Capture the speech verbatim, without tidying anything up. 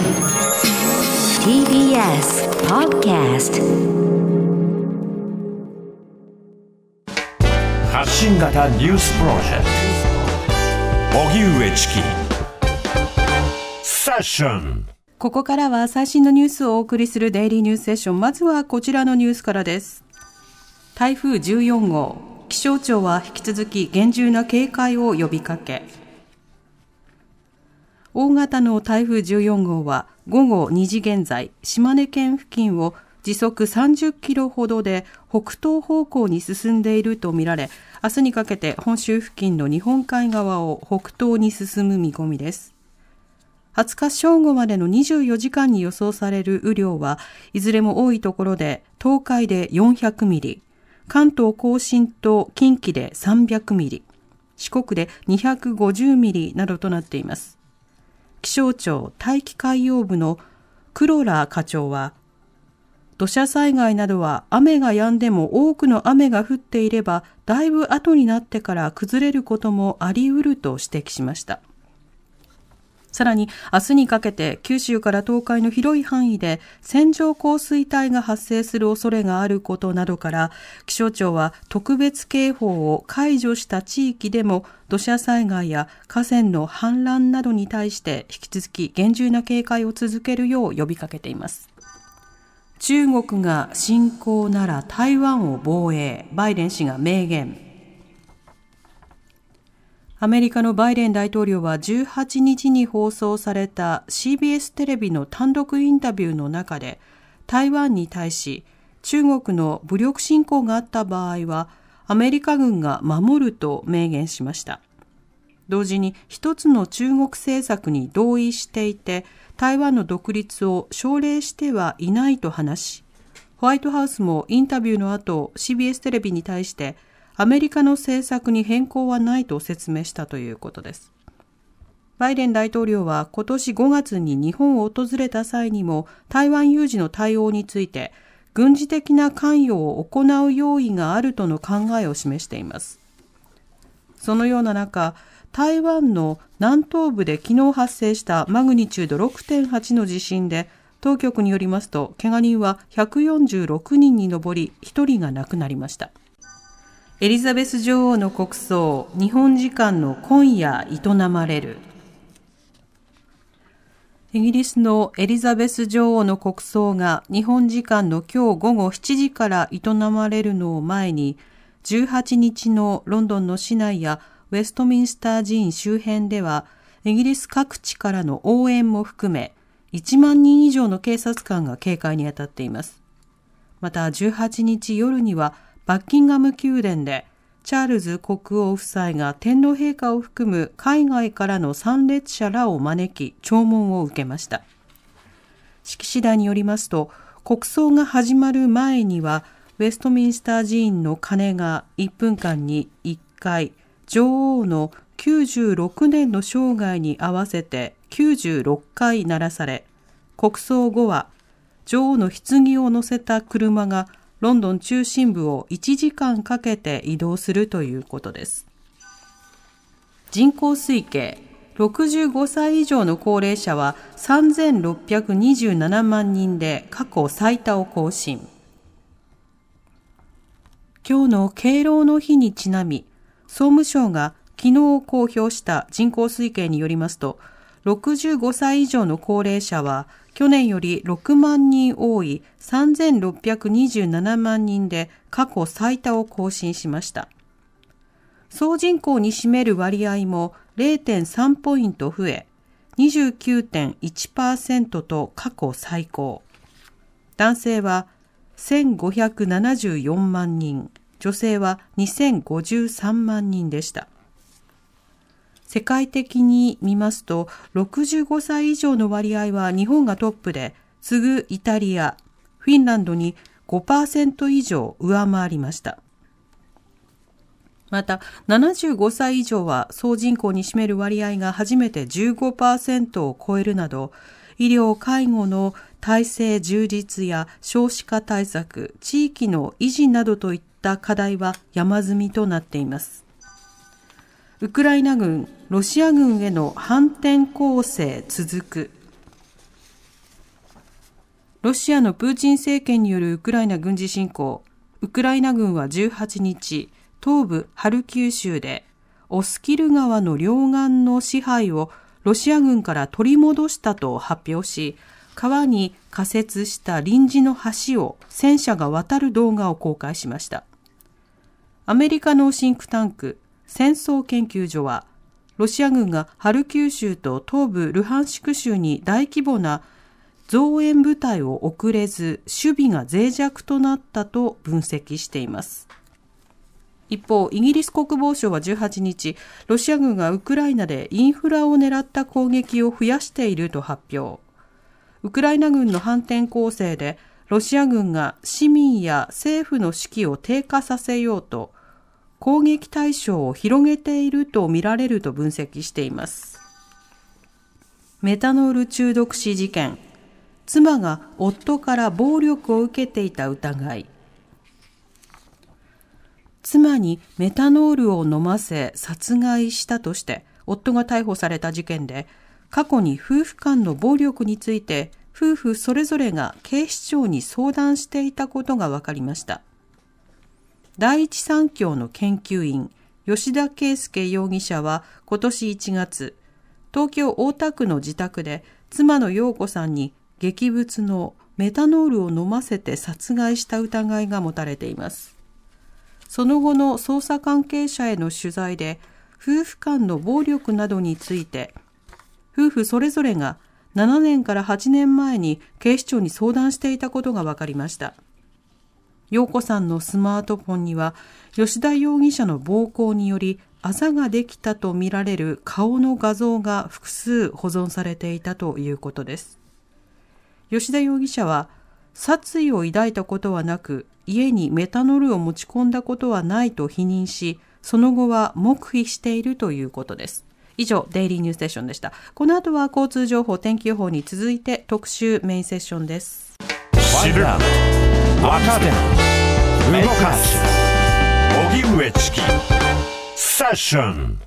ティービーエス Podcast 発信型ニュースプロジェクト荻上チキセッション。 ここからは最新のニュースをお送りするデイリーニュースセッション。まずはこちらのニュースからです。台風じゅうよん号、気象庁は引き続き厳重な警戒を呼びかけ。大型の台風じゅうよん号はごごにじ現在、島根県付近を時速さんじゅっキロほどで北東方向に進んでいるとみられ、明日にかけて本州付近の日本海側を北東に進む見込みです。はつか正午までのにじゅうよじかんに予想される雨量はいずれも多いところで東海でよんひゃくミリ、関東甲信と近畿でさんびゃくミリ、四国でにひゃくごじゅうミリなどとなっています。気象庁大気海洋部の黒良課長は、土砂災害などは雨が止んでも多くの雨が降っていればだいぶ後になってから崩れることもあり得ると指摘しました。さらに明日にかけて九州から東海の広い範囲で線状降水帯が発生する恐れがあることなどから気象庁は特別警報を解除した地域でも土砂災害や河川の氾濫などに対して引き続き厳重な警戒を続けるよう呼びかけています。中国が侵攻なら台湾を防衛、バイデン氏が明言。アメリカのバイデン大統領はじゅうはちにちに放送された シービーエス テレビの単独インタビューの中で台湾に対し中国の武力侵攻があった場合はアメリカ軍が守ると明言しました。同時に一つの中国政策に同意していて台湾の独立を奨励してはいないと話し、ホワイトハウスもインタビューの後 シービーエス テレビに対してアメリカの政策に変更はないと説明したということです。バイデン大統領は今年ごがつに日本を訪れた際にも台湾有事の対応について軍事的な関与を行う用意があるとの考えを示しています。そのような中、台湾の南東部で昨日発生したマグニチュード ろくてんはち の地震で当局によりますと怪我人はひゃくよんじゅうろくにんに上りひとりが亡くなりました。エリザベス女王の国葬、日本時間の今夜営まれる。イギリスのエリザベス女王の国葬が日本時間の今日午後しちじから営まれるのを前に、じゅうはちにちのロンドンの市内やウェストミンスター寺院周辺では、イギリス各地からの応援も含め、いちまんにん以上の警察官が警戒に当たっています。またじゅうはちにち夜には、バッキンガム宮殿でチャールズ国王夫妻が天皇陛下を含む海外からの参列者らを招き弔問を受けました。式次第によりますと、国葬が始まる前にはウェストミンスター寺院の鐘がいっぷんかんにいっかい、女王のきゅうじゅうろくねんの生涯に合わせてきゅうじゅうろっかい鳴らされ、国葬後は女王の棺を乗せた車がロンドン中心部をいちじかんかけて移動するということです。人口推計、ろくじゅうごさい以上の高齢者はさんぜんろっぴゃくにじゅうななまんにんで過去最多を更新。今日の敬老の日にちなみ、総務省が昨日公表した人口推計によりますと、ろくじゅうごさい以上の高齢者は去年よりろくまんにん多いさんぜんろっぴゃくにじゅうななまんにんで過去最多を更新しました。総人口に占める割合も れいてんさん ポイント増え にじゅうきゅうてんいちパーセント と過去最高。男性はせんごひゃくななじゅうよんまんにん、女性はにせんごじゅうさんまんにんでした。世界的に見ますと、ろくじゅうごさい以上の割合は日本がトップで、次ぐイタリア、フィンランドに ごパーセント 以上上回りました。また、ななじゅうごさい以上は総人口に占める割合が初めて じゅうごパーセント を超えるなど、医療・介護の体制充実や少子化対策、地域の維持などといった課題は山積みとなっています。ウクライナ軍、ロシア軍への反転攻勢続く。 ロシアのプーチン政権によるウクライナ軍事侵攻、ウクライナ軍はじゅうはちにち、東部ハルキウ州でオスキル川の両岸の支配をロシア軍から取り戻したと発表し、川に架設した臨時の橋を戦車が渡る動画を公開しました。アメリカのシンクタンク戦争研究所は、ロシア軍がハルキウ州と東部ルハンシク州に大規模な増援部隊を送れず、守備が脆弱となったと分析しています。一方、イギリス国防省はじゅうはちにち、ロシア軍がウクライナでインフラを狙った攻撃を増やしていると発表。ウクライナ軍の反転攻勢で、ロシア軍が市民や政府の士気を低下させようと、攻撃対象を広げていると見られると分析しています。メタノール中毒死事件。妻が夫から暴力を受けていた疑い。妻にメタノールを飲ませ殺害したとして夫が逮捕された事件で、過去に夫婦間の暴力について夫婦それぞれが警視庁に相談していたことが分かりました。第一三共の研究員吉田圭佑容疑者は今年いちがつ、東京大田区の自宅で妻の陽子さんに劇物のメタノールを飲ませて殺害した疑いが持たれています。その後の捜査関係者への取材で、夫婦間の暴力などについて、夫婦それぞれがななねんからはちねんまえに警視庁に相談していたことが分かりました。陽子さんのスマートフォンには、吉田容疑者の暴行によりあざができたとみられる顔の画像が複数保存されていたということです。吉田容疑者は、殺意を抱いたことはなく、家にメタノールを持ち込んだことはないと否認し、その後は黙秘しているということです。以上、デイリーニュースセッションでした。この後は交通情報、天気予報に続いて特集メインセッションです。 知る、わかる、動かす、荻上チキセッション。